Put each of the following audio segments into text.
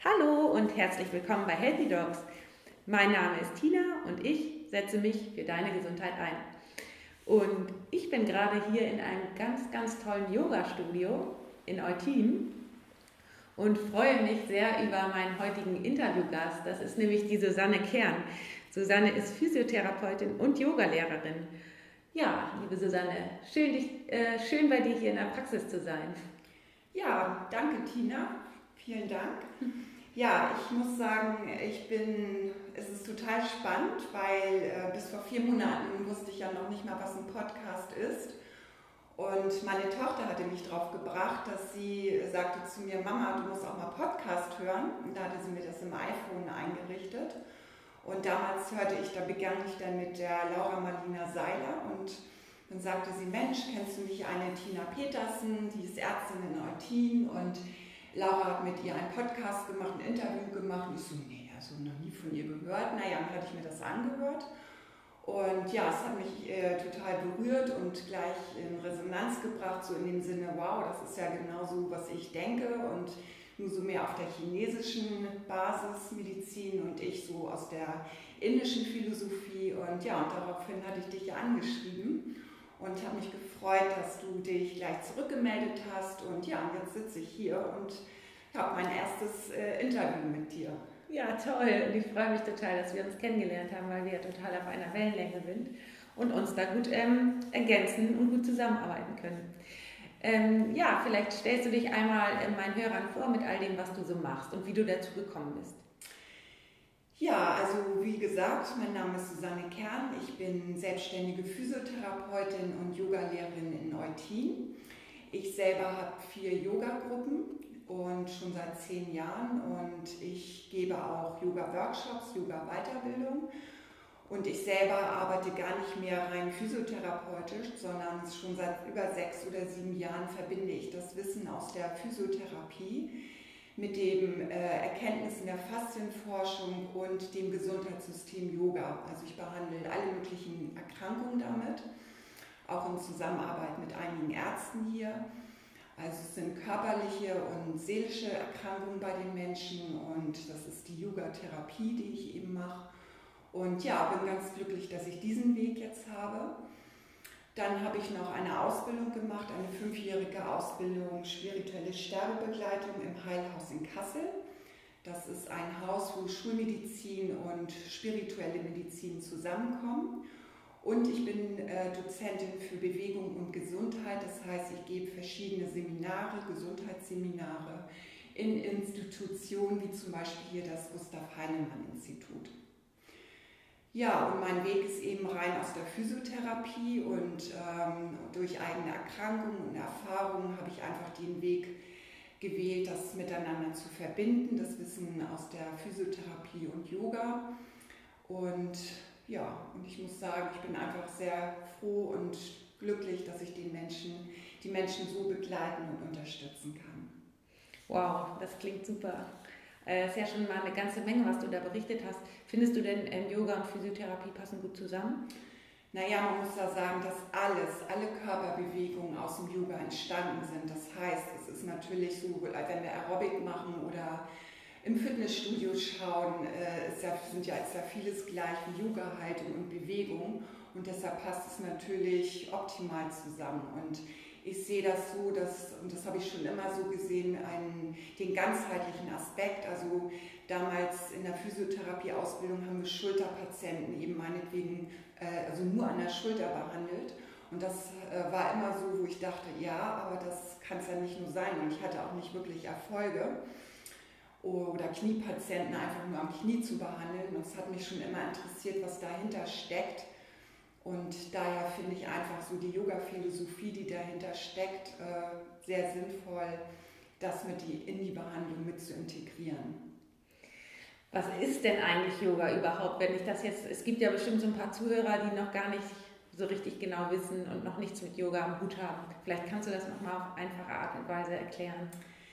Hallo und herzlich willkommen bei Healthy Dogs. Mein Name ist Tina und ich setze mich für deine Gesundheit ein. Und ich bin gerade hier in einem ganz tollen Yoga-Studio in Eutin und freue mich sehr über meinen heutigen Interviewgast. Das ist nämlich die Susanne Kern. Susanne ist Physiotherapeutin und Yogalehrerin. Ja, liebe Susanne, schön bei dir hier in der Praxis zu sein. Ja, danke Tina, vielen Dank. Ja, ich muss sagen, es ist total spannend, weil bis vor 4 Monaten wusste ich ja noch nicht mal, was ein Podcast ist. Und meine Tochter hatte mich drauf gebracht, dass sie sagte zu mir, Mama, du musst auch mal Podcast hören. Und da hatte sie mir das im iPhone eingerichtet. Und damals da begann ich dann mit der Laura Marlina Seiler und dann sagte sie, Mensch, kennst du nicht eine Tina Petersen, die ist Ärztin in Eutin und Laura hat mit ihr einen Podcast gemacht, ein Interview gemacht und ich so, nee, also noch nie von ihr gehört. Naja, dann hatte ich mir das angehört und ja, es hat mich total berührt und gleich in Resonanz gebracht, so in dem Sinne, wow, das ist ja genau so, was ich denke und nur so mehr auf der chinesischen Basis Medizin und ich so aus der indischen Philosophie und ja, und daraufhin hatte ich dich ja angeschrieben und habe mich gefreut, dass du dich gleich zurückgemeldet hast und ja, und jetzt sitze ich hier und habe mein erstes Interview mit dir. Ja, toll. Und ich freue mich total, dass wir uns kennengelernt haben, weil wir ja total auf einer Wellenlänge sind und uns da gut ergänzen und gut zusammenarbeiten können. Ja, vielleicht stellst du dich einmal meinen Hörern vor mit all dem, was du so machst und wie du dazu gekommen bist. Ja, also wie gesagt, mein Name ist Susanne Kern. Ich bin selbstständige Physiotherapeutin und Yogalehrerin in Eutin. Ich selber habe 4 Yogagruppen und schon seit 10 Jahren und ich gebe auch Yoga-Workshops, Yoga-Weiterbildung. Und ich selber arbeite gar nicht mehr rein physiotherapeutisch, sondern schon seit über 6 oder 7 Jahren verbinde ich das Wissen aus der Physiotherapie mit den Erkenntnissen der Faszienforschung und dem Gesundheitssystem Yoga. Also ich behandle alle möglichen Erkrankungen damit, auch in Zusammenarbeit mit einigen Ärzten hier. Also es sind körperliche und seelische Erkrankungen bei den Menschen und das ist die Yoga-Therapie, die ich eben mache. Und ja, bin ganz glücklich, dass ich diesen Weg jetzt habe. Dann habe ich noch eine Ausbildung gemacht, eine 5-jährige Ausbildung spirituelle Sterbebegleitung im Heilhaus in Kassel. Das ist ein Haus, wo Schulmedizin und spirituelle Medizin zusammenkommen. Und ich bin Dozentin für Bewegung und Gesundheit, das heißt, ich gebe verschiedene Seminare, Gesundheitsseminare in Institutionen wie zum Beispiel hier das Gustav-Heinemann-Institut. Ja, und mein Weg ist eben rein aus der Physiotherapie und durch eigene Erkrankungen und Erfahrungen habe ich einfach den Weg gewählt, das miteinander zu verbinden, das Wissen aus der Physiotherapie und Yoga. Und ja, und ich muss sagen, ich bin einfach sehr froh und glücklich, dass ich die Menschen so begleiten und unterstützen kann. Wow, das klingt super. Ist ja schon mal eine ganze Menge, was du da berichtet hast. Findest du denn Yoga und Physiotherapie passen gut zusammen? Naja, man muss da sagen, dass alle Körperbewegungen aus dem Yoga entstanden sind. Das heißt, es ist natürlich so, wenn wir Aerobic machen oder im Fitnessstudio schauen, ist ja vieles gleich wie Yoga-Haltung und Bewegung. Und deshalb passt es natürlich optimal zusammen. Und ich sehe das so, und das habe ich schon immer so gesehen, den ganzheitlichen Aspekt. Also damals in der Physiotherapie-Ausbildung haben wir Schulterpatienten eben meinetwegen also nur an der Schulter behandelt. Und das war immer so, wo ich dachte, ja, aber das kann es ja nicht nur sein. Und ich hatte auch nicht wirklich Erfolge. Oder Kniepatienten einfach nur am Knie zu behandeln. Und es hat mich schon immer interessiert, was dahinter steckt. Und daher finde ich einfach so die Yoga-Philosophie, die dahinter steckt, sehr sinnvoll, das in die Behandlung mit zu integrieren. Was ist denn eigentlich Yoga überhaupt? Es gibt ja bestimmt so ein paar Zuhörer, die noch gar nicht so richtig genau wissen und noch nichts mit Yoga am Hut haben. Vielleicht kannst du das nochmal auf einfache Art und Weise erklären.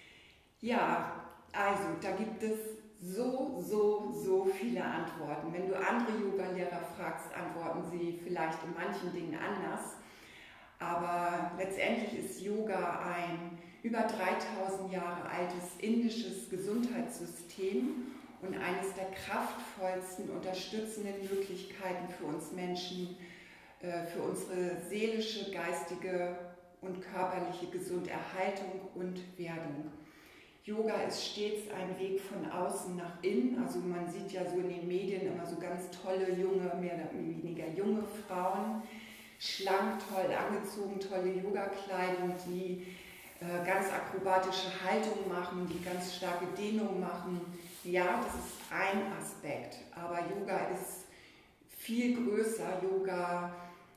Ja, also da gibt es so viele Antworten. Wenn du andere Yoga-Lehrer fragst, antworten sie vielleicht in manchen Dingen anders. Aber letztendlich ist Yoga ein über 3000 Jahre altes indisches Gesundheitssystem und eines der kraftvollsten unterstützenden Möglichkeiten für uns Menschen, für unsere seelische, geistige und körperliche Gesunderhaltung und Werdung. Yoga ist stets ein Weg von außen nach innen. Also man sieht ja so in den Medien immer so ganz tolle, junge, mehr oder weniger junge Frauen, schlank, toll angezogen, tolle Yoga-Kleidung, die ganz akrobatische Haltung machen, die ganz starke Dehnung machen. Ja, das ist ein Aspekt, aber Yoga ist viel größer. Yoga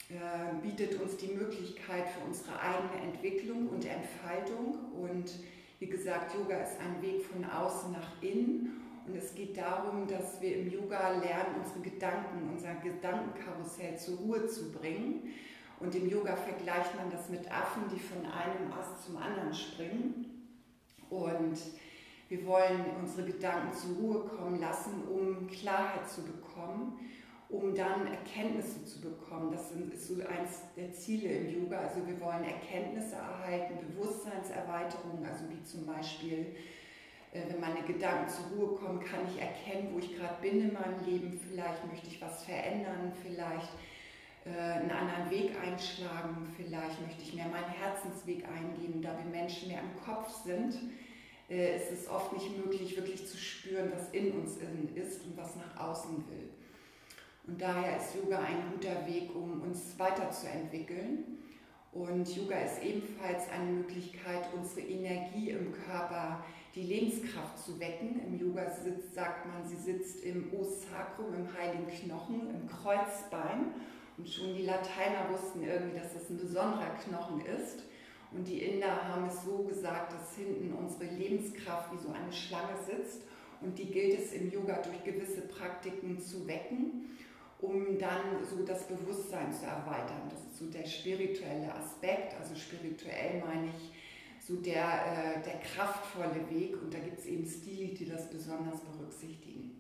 bietet uns die Möglichkeit für unsere eigene Entwicklung und Entfaltung. Und wie gesagt, Yoga ist ein Weg von außen nach innen. Und es geht darum, dass wir im Yoga lernen, unsere Gedanken, unser Gedankenkarussell zur Ruhe zu bringen. Und im Yoga vergleicht man das mit Affen, die von einem Ast zum anderen springen. Und wir wollen unsere Gedanken zur Ruhe kommen lassen, um Klarheit zu bekommen, um dann Erkenntnisse zu bekommen. Das ist so eins der Ziele im Yoga. Also wir wollen Erkenntnisse erhalten, Bewusstseinserweiterung, also wie zum Beispiel, wenn meine Gedanken zur Ruhe kommen, kann ich erkennen, wo ich gerade bin in meinem Leben. Vielleicht möchte ich was verändern, vielleicht einen anderen Weg einschlagen, vielleicht möchte ich mehr meinen Herzensweg eingehen. Und da wir Menschen mehr im Kopf sind, ist es oft nicht möglich, wirklich zu spüren, was in uns ist und was nach außen will. Und daher ist Yoga ein guter Weg, um uns weiterzuentwickeln. Und Yoga ist ebenfalls eine Möglichkeit, unsere Energie im Körper, die Lebenskraft zu wecken. Im Yoga sagt man, sie sitzt im Os Sacrum, im heiligen Knochen, im Kreuzbein. Und schon die Lateiner wussten irgendwie, dass das ein besonderer Knochen ist. Und die Inder haben es so gesagt, dass hinten unsere Lebenskraft wie so eine Schlange sitzt. Und die gilt es im Yoga durch gewisse Praktiken zu wecken, um dann so das Bewusstsein zu erweitern. Das ist so der spirituelle Aspekt. Also spirituell meine ich so der kraftvolle Weg. Und da gibt es eben Stile, die das besonders berücksichtigen.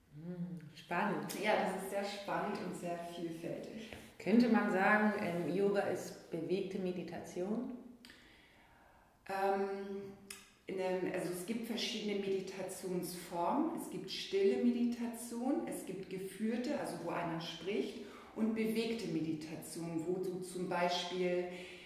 Spannend. Ja, das ist sehr spannend und sehr vielfältig. Könnte man sagen, Yoga ist bewegte Meditation? Also es gibt verschiedene Meditationsformen. Es gibt stille Meditation, es gibt geführte, also wo einer spricht, und bewegte Meditation, wo du zum Beispiel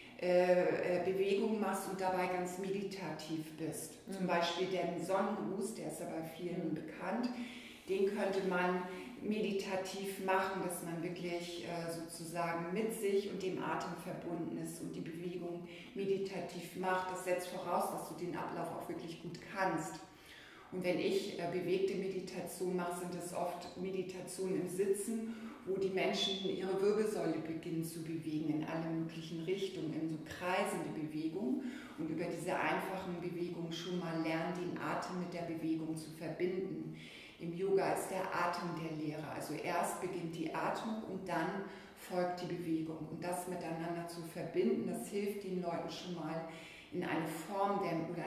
Bewegung machst und dabei ganz meditativ bist. Zum Beispiel den Sonnengruß, der ist ja bei vielen bekannt, den könnte man meditativ machen, dass man wirklich sozusagen mit sich und dem Atem verbunden ist und die Bewegung meditativ macht. Das setzt voraus, dass du den Ablauf auch wirklich gut kannst. Und wenn ich bewegte Meditation mache, sind es oft Meditationen im Sitzen, wo die Menschen ihre Wirbelsäule beginnen zu bewegen in alle möglichen Richtungen, in so kreisende Bewegung und über diese einfachen Bewegungen schon mal lernen, den Atem mit der Bewegung zu verbinden. Im Yoga ist der Atem der Lehrer, also erst beginnt die Atmung und dann folgt die Bewegung. Und das miteinander zu verbinden, das hilft den Leuten schon mal in eine Form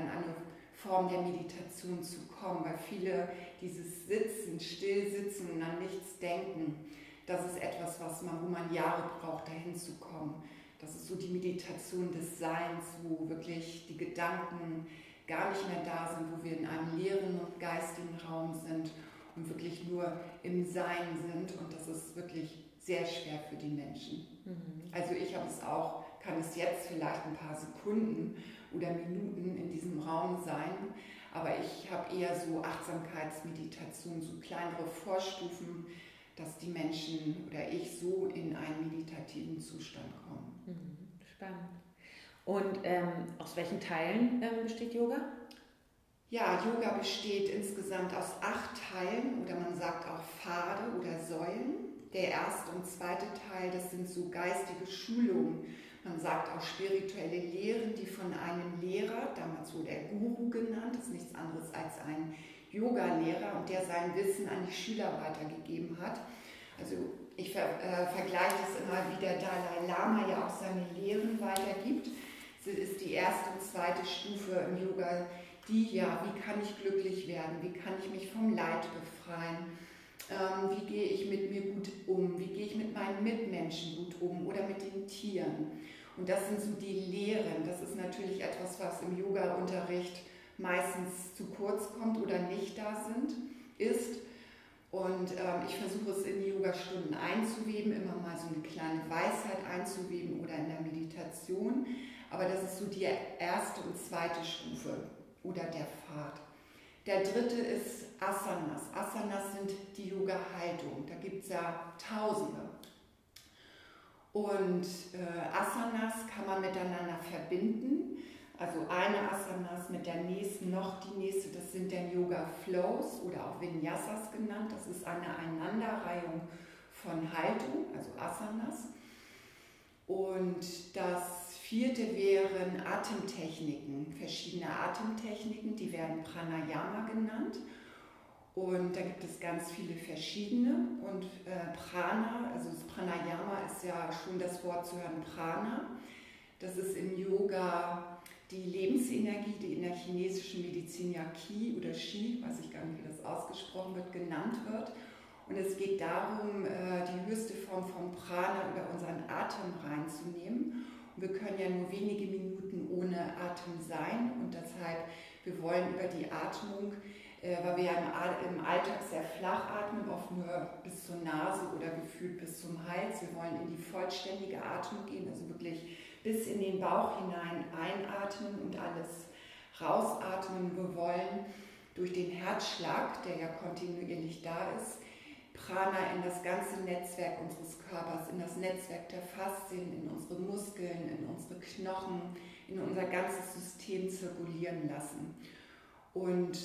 der Meditation zu kommen, weil viele dieses Sitzen, Stillsitzen und an nichts denken, das ist etwas, wo man Jahre braucht, dahin zu kommen. Das ist so die Meditation des Seins, wo wirklich die Gedanken gar nicht mehr da sind, wo wir in einem leeren und geistigen Raum sind und wirklich nur im Sein sind. Und das ist wirklich sehr schwer für die Menschen. Also ich kann es jetzt vielleicht ein paar Sekunden oder Minuten in diesem Raum sein, aber ich habe eher so Achtsamkeitsmeditation, so kleinere Vorstufen, dass die Menschen oder ich so in einen meditativen Zustand kommen. Spannend. Und aus welchen Teilen besteht Yoga? Ja, Yoga besteht insgesamt aus 8 Teilen oder man sagt auch Pfade oder Säulen. Der erste und zweite Teil, das sind so geistige Schulungen. Man sagt auch spirituelle Lehren, die von einem Lehrer, damals wurde er Guru genannt, das ist nichts anderes als ein Yoga-Lehrer und der sein Wissen an die Schüler weitergegeben hat. Also ich vergleiche das immer, wie der Dalai Lama ja auch seine Lehren weitergibt. Das ist die erste und zweite Stufe im Yoga, wie kann ich glücklich werden, wie kann ich mich vom Leid befreien, wie gehe ich mit mir gut um, wie gehe ich mit meinen Mitmenschen gut um oder mit den Tieren. Und das sind so die Lehren. Das ist natürlich etwas, was im Yoga-Unterricht meistens zu kurz kommt oder nicht da ist. Und ich versuche es in die Yogastunden einzuweben, immer mal so eine kleine Weisheit einzuweben oder in der Meditation. Aber das ist so die erste und zweite Stufe oder der Pfad. Der dritte ist Asanas. Asanas sind die Yoga-Haltung. Da gibt es ja Tausende. Und Asanas kann man miteinander verbinden. Also eine Asanas mit der nächsten, noch die nächste, das sind dann Yoga-Flows oder auch Vinyasas genannt. Das ist eine Aneinanderreihung von Haltung, also Asanas. Und das vierte wären Atemtechniken, verschiedene Atemtechniken, die werden Pranayama genannt. Und da gibt es ganz viele verschiedene. Und Prana, also das Pranayama ist ja schon das Wort zu hören, Prana. Das ist im Yoga die Lebensenergie, die in der chinesischen Medizin ja Qi oder Qi, weiß ich gar nicht, wie das ausgesprochen wird, genannt wird. Und es geht darum, die höchste Form von Prana über unseren Atem reinzunehmen. Und wir können ja nur wenige Minuten ohne Atem sein. Und deshalb, wir wollen über die Atmung, weil wir ja im Alltag sehr flach atmen, oft nur bis zur Nase oder gefühlt bis zum Hals. Wir wollen in die vollständige Atmung gehen, also wirklich bis in den Bauch hinein einatmen und alles rausatmen. Wir wollen durch den Herzschlag, der ja kontinuierlich da ist, Prana in das ganze Netzwerk unseres Körpers, in das Netzwerk der Faszien, in unsere Muskeln, in unsere Knochen, in unser ganzes System zirkulieren lassen. Und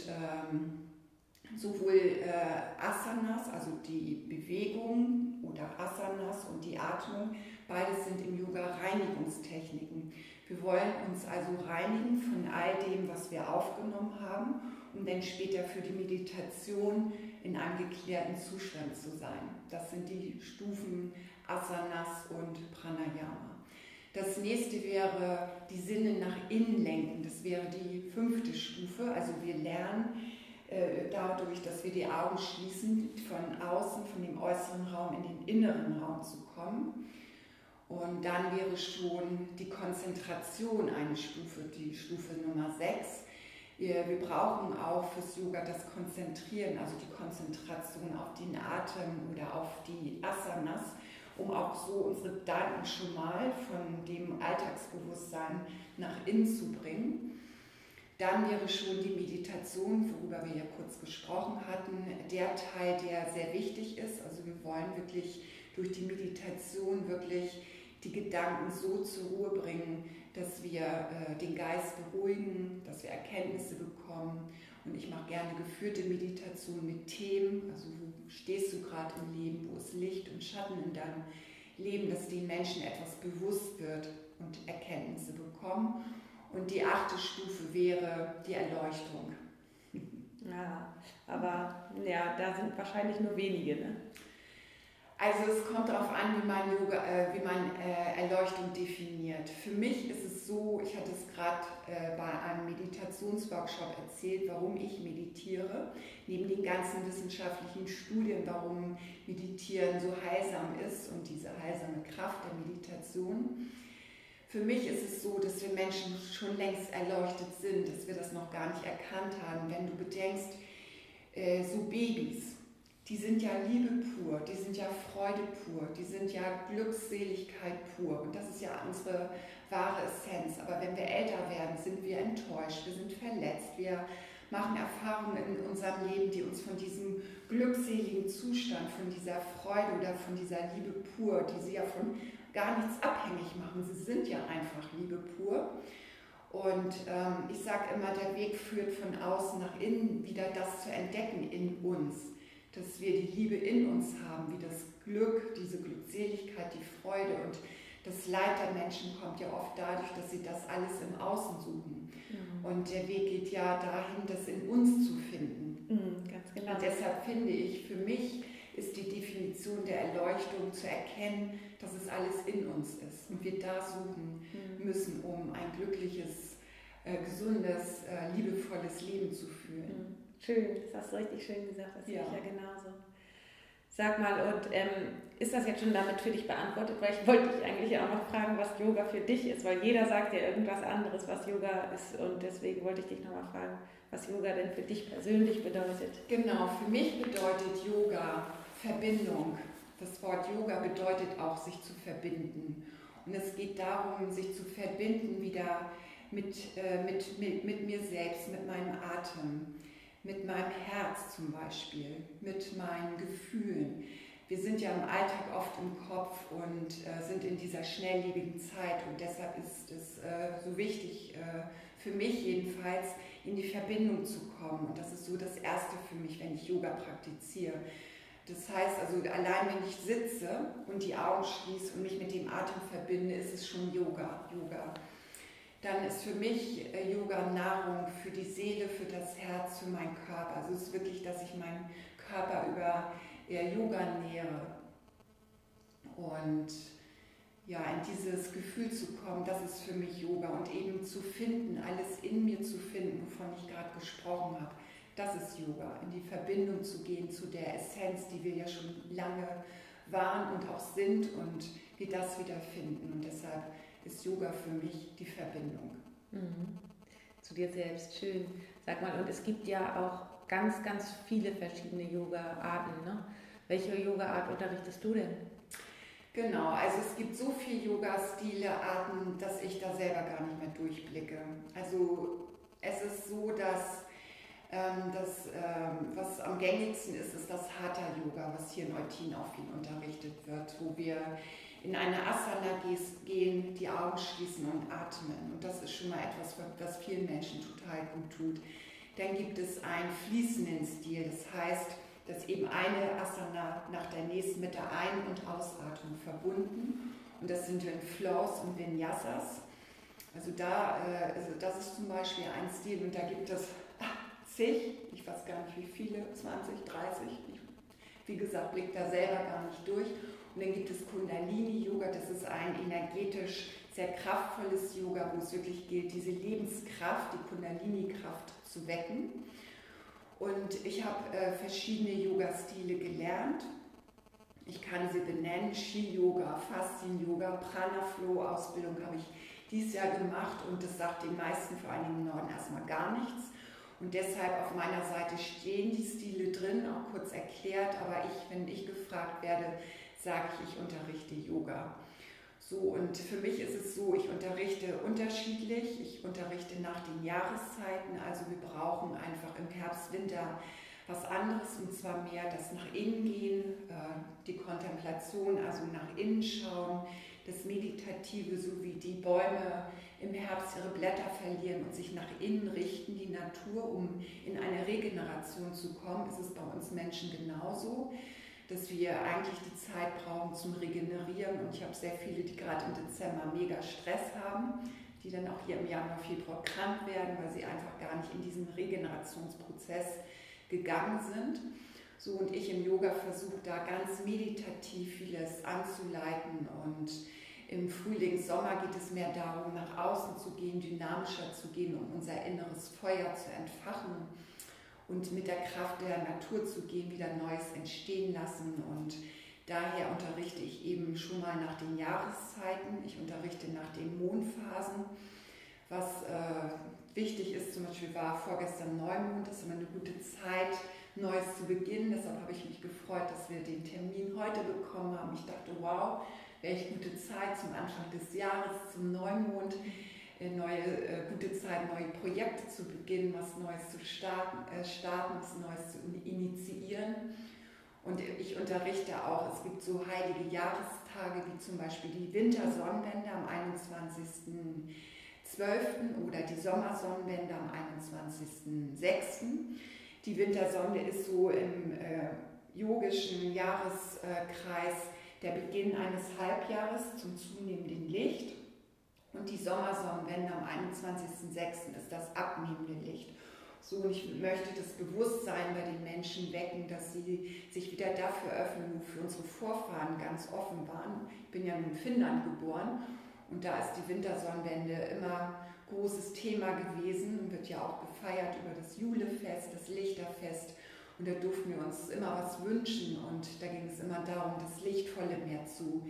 sowohl Asanas, also die Bewegung oder Asanas und die Atmung, beides sind im Yoga Reinigungstechniken. Wir wollen uns also reinigen von all dem, was wir aufgenommen haben, um dann später für die Meditation in einem geklärten Zustand zu sein. Das sind die Stufen Asanas und Pranayama. Das nächste wäre die Sinne nach innen lenken. Das wäre die 5. Stufe. Also wir lernen dadurch, dass wir die Augen schließen, von außen, von dem äußeren Raum in den inneren Raum zu kommen. Und dann wäre schon die Konzentration eine Stufe, die Stufe Nummer 6. Wir brauchen auch fürs Yoga das Konzentrieren, also die Konzentration auf den Atem oder auf die Asanas, um auch so unsere Gedanken schon mal von dem Alltagsbewusstsein nach innen zu bringen. Dann wäre schon die Meditation, worüber wir ja kurz gesprochen hatten, der Teil, der sehr wichtig ist. Also wir wollen wirklich durch die Meditation wirklich die Gedanken so zur Ruhe bringen, dass wir den Geist beruhigen, dass wir Erkenntnisse bekommen. Und ich mache gerne geführte Meditation mit Themen, also wo stehst du gerade im Leben, wo ist Licht und Schatten in deinem Leben, dass den Menschen etwas bewusst wird und Erkenntnisse bekommen. Und die 8. Stufe wäre die Erleuchtung. Ja, aber ja, da sind wahrscheinlich nur wenige, ne? Also es kommt darauf an, wie man Erleuchtung definiert. Für mich ist es so, ich hatte es gerade bei einem Meditationsworkshop erzählt, warum ich meditiere, neben den ganzen wissenschaftlichen Studien, warum Meditieren so heilsam ist und diese heilsame Kraft der Meditation. Für mich ist es so, dass wir Menschen schon längst erleuchtet sind, dass wir das noch gar nicht erkannt haben. Wenn du bedenkst, so Babys, die sind ja Liebe pur, die sind ja Freude pur, die sind ja Glückseligkeit pur. Und das ist ja unsere wahre Essenz. Aber wenn wir älter werden, sind wir enttäuscht, wir sind verletzt, wir machen Erfahrungen in unserem Leben, die uns von diesem glückseligen Zustand, von dieser Freude oder von dieser Liebe pur, die sie ja von gar nichts abhängig machen. Sie sind ja einfach Liebe pur. Und ich sage immer, der Weg führt von außen nach innen, wieder das zu entdecken in uns. Dass wir die Liebe in uns haben, wie das Glück, diese Glückseligkeit, die Freude und das Leid der Menschen kommt ja oft dadurch, dass sie das alles im Außen suchen. Mhm. Und der Weg geht ja dahin, das in uns zu finden. Mhm, ganz genau. Und deshalb finde ich, für mich ist die Definition der Erleuchtung zu erkennen, dass es alles in uns ist und wir da suchen müssen, um ein glückliches, gesundes, liebevolles Leben zu führen. Schön, das hast du richtig schön gesagt, das sehe ich ja genauso. Sag mal, und ist das jetzt schon damit für dich beantwortet? Weil ich wollte dich eigentlich auch noch fragen, was Yoga für dich ist, weil jeder sagt ja irgendwas anderes, was Yoga ist. Und deswegen wollte ich dich nochmal fragen, was Yoga denn für dich persönlich bedeutet. Genau, für mich bedeutet Yoga Verbindung. Das Wort Yoga bedeutet auch, sich zu verbinden. Und es geht darum, sich zu verbinden wieder mit mir selbst, mit meinem Atem, mit meinem Herz zum Beispiel, mit meinen Gefühlen. Wir sind ja im Alltag oft im Kopf und sind in dieser schnelllebigen Zeit und deshalb ist es so wichtig, für mich jedenfalls, in die Verbindung zu kommen. Und das ist so das Erste für mich, wenn ich Yoga praktiziere. Das heißt also, allein wenn ich sitze und die Augen schließe und mich mit dem Atem verbinde, ist es schon Yoga. Dann ist für mich Yoga Nahrung für die Seele, für das Herz, für meinen Körper. Also es ist wirklich, dass ich meinen Körper über Yoga nähere. Und ja, in dieses Gefühl zu kommen, das ist für mich Yoga. Und eben zu finden, alles in mir zu finden, wovon ich gerade gesprochen habe, das ist Yoga. In die Verbindung zu gehen zu der Essenz, die wir ja schon lange waren und auch sind und wir das wieder finden. Und deshalb ist Yoga für mich die Verbindung. Mhm. Zu dir selbst, schön. Sag mal, und es gibt ja auch ganz, ganz viele verschiedene Yoga-Arten, ne? Welche Yoga-Art unterrichtest du denn? Genau, also es gibt so viele Yoga-Stile, Arten, dass ich da selber gar nicht mehr durchblicke. Also es ist so, dass was am gängigsten ist, ist das Hatha-Yoga, was hier in Eutin auch viel unterrichtet wird, wo wir in eine Asana gehen, die Augen schließen und atmen. Und das ist schon mal etwas, was vielen Menschen total gut tut. Dann gibt es einen fließenden Stil, das heißt, dass eben eine Asana nach der nächsten mit der Ein- und Ausatmung verbunden. Und das sind dann Flows und Vinyasas. Also das ist zum Beispiel ein Stil und da gibt es zig, ich weiß gar nicht wie viele, 20, 30, ich, wie gesagt, blick da selber gar nicht durch. Und dann gibt es Kundalini-Yoga, das ist ein energetisch sehr kraftvolles Yoga, wo es wirklich gilt, diese Lebenskraft, die Kundalini-Kraft zu wecken. Und ich habe verschiedene Yoga-Stile gelernt. Ich kann sie benennen, Shi-Yoga, Faszien-Yoga, Prana-Flow-Ausbildung habe ich dieses Jahr gemacht und das sagt den meisten, vor allem im Norden, erstmal gar nichts. Und deshalb auf meiner Seite stehen die Stile drin, auch kurz erklärt, aber wenn ich gefragt werde, sage ich unterrichte Yoga. So, und für mich ist es so, ich unterrichte unterschiedlich, ich unterrichte nach den Jahreszeiten, also wir brauchen einfach im Herbst, Winter was anderes und zwar mehr das nach innen gehen, die Kontemplation, also nach innen schauen, das Meditative, so wie die Bäume im Herbst ihre Blätter verlieren und sich nach innen richten, die Natur, um in eine Regeneration zu kommen, ist es bei uns Menschen genauso, dass wir eigentlich die Zeit brauchen zum Regenerieren und ich habe sehr viele, die gerade im Dezember mega Stress haben, die dann auch hier im Januar, Februar krank werden, weil sie einfach gar nicht in diesen Regenerationsprozess gegangen sind. So, und ich im Yoga versuche da ganz meditativ vieles anzuleiten und im Frühling, Sommer geht es mehr darum, nach außen zu gehen, dynamischer zu gehen, um unser inneres Feuer zu entfachen und mit der Kraft der Natur zu gehen, wieder Neues entstehen lassen. Und daher unterrichte ich eben schon mal nach den Jahreszeiten, ich unterrichte nach den Mondphasen. Was wichtig ist, zum Beispiel war vorgestern Neumond, das ist immer eine gute Zeit, Neues zu beginnen. Deshalb habe ich mich gefreut, dass wir den Termin heute bekommen haben. Ich dachte, wow, welche gute Zeit zum Anfang des Jahres, zum Neumond, gute Zeit, neue Projekte zu beginnen, was Neues zu starten, was Neues zu initiieren. Und ich unterrichte auch, es gibt so heilige Jahrestage, wie zum Beispiel die Wintersonnenwende am 21.12. oder die Sommersonnenwende am 21.06. Die Wintersonne ist so im yogischen Jahreskreis der Beginn eines Halbjahres zum zunehmenden Licht. Und die Sommersonnenwende am 21.06. ist das abnehmende Licht. So, und ich möchte das Bewusstsein bei den Menschen wecken, dass sie sich wieder dafür öffnen, wofür unsere Vorfahren ganz offen waren. Ich bin ja in Finnland geboren und da ist die Wintersonnenwende immer großes Thema gewesen und wird ja auch gefeiert über das Julefest, das Lichterfest. Und da durften wir uns immer was wünschen und da ging es immer darum, das Lichtvolle mehr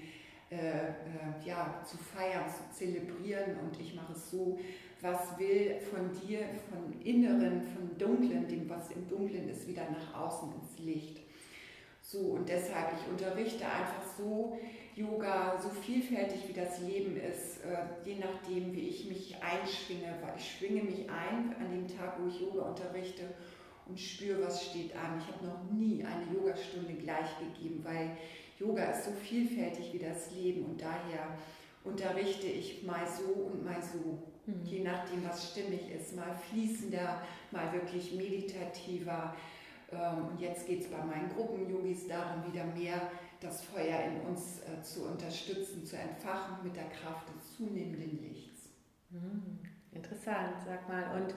zu feiern, zu zelebrieren. Und ich mache es so, was will von dir, von Inneren, von Dunklen, dem was im Dunklen ist, wieder nach außen ins Licht. So, und deshalb, ich unterrichte einfach so Yoga, so vielfältig wie das Leben ist, je nachdem, wie ich mich einschwinge, weil ich schwinge mich ein an dem Tag, wo ich Yoga unterrichte und spüre, was steht an. Ich habe noch nie eine Yogastunde gleich gegeben, weil Yoga ist so vielfältig wie das Leben und daher unterrichte ich mal so und mal so, je nachdem, was stimmig ist, mal fließender, mal wirklich meditativer. Und jetzt geht es bei meinen Gruppen-Yogis darum, wieder mehr das Feuer in uns zu unterstützen, zu entfachen mit der Kraft des zunehmenden Lichts. Interessant, sag mal. Und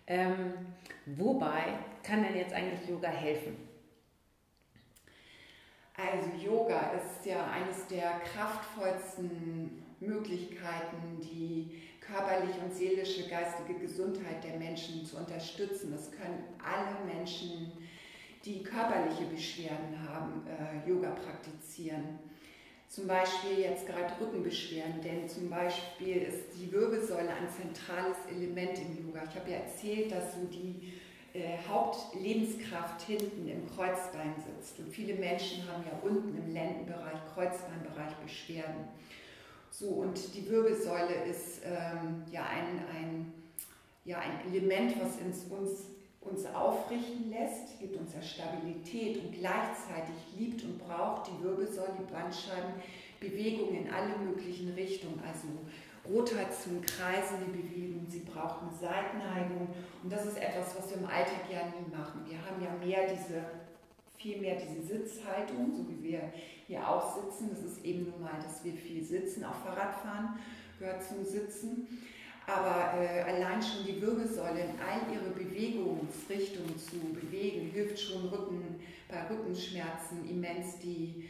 wobei kann denn jetzt eigentlich Yoga helfen? Also Yoga ist ja eines der kraftvollsten Möglichkeiten, die körperliche und seelische, geistige Gesundheit der Menschen zu unterstützen. Das können alle Menschen, die körperliche Beschwerden haben, Yoga praktizieren. Zum Beispiel jetzt gerade Rückenbeschwerden, denn zum Beispiel ist die Wirbelsäule ein zentrales Element im Yoga. Ich habe ja erzählt, dass so die Hauptlebenskraft hinten im Kreuzbein sitzt. Und viele Menschen haben ja unten im Lendenbereich, Kreuzbeinbereich Beschwerden. So, und die Wirbelsäule ist ein Element, was uns aufrichten lässt, gibt uns ja Stabilität und gleichzeitig liebt und braucht die Wirbelsäule, die Bandscheiben, Bewegung in alle möglichen Richtungen, also Rotation, kreisende Bewegung, sie braucht eine Seitenneigung und das ist etwas, was wir im Alltag ja nie machen. Wir haben ja viel mehr diese Sitzhaltung, so wie wir hier auch sitzen. Das ist eben normal, dass wir viel sitzen, auch Fahrradfahren gehört zum Sitzen. Aber allein schon die Wirbelsäule in all ihre Bewegungsrichtungen zu bewegen, hilft schon bei Rückenschmerzen immens die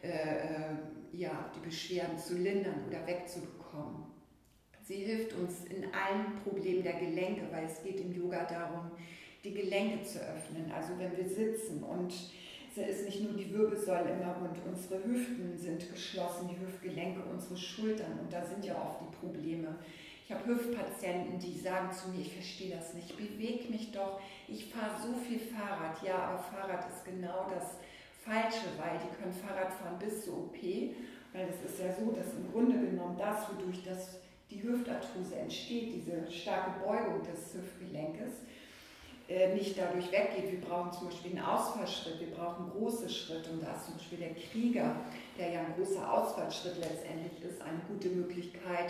Beschwerden zu lindern oder wegzubekommen. Sie hilft uns in allen Problemen der Gelenke, weil es geht im Yoga darum, die Gelenke zu öffnen. Also wenn wir sitzen und es ist nicht nur die Wirbelsäule immer rund, unsere Hüften sind geschlossen, die Hüftgelenke, unsere Schultern und da sind ja oft die Probleme. Ich habe Hüftpatienten, die sagen zu mir, ich verstehe das nicht, bewege mich doch, ich fahre so viel Fahrrad. Ja, aber Fahrrad ist genau das Falsche, weil die können Fahrrad fahren bis zur OP, weil es ist ja so, dass im Grunde genommen das, wodurch die Hüftarthrose entsteht, diese starke Beugung des Hüftgelenkes, nicht dadurch weggeht. Wir brauchen zum Beispiel einen Ausfallschritt, wir brauchen große Schritte und da ist zum Beispiel der Krieger, der ja ein großer Ausfallschritt letztendlich ist, eine gute Möglichkeit,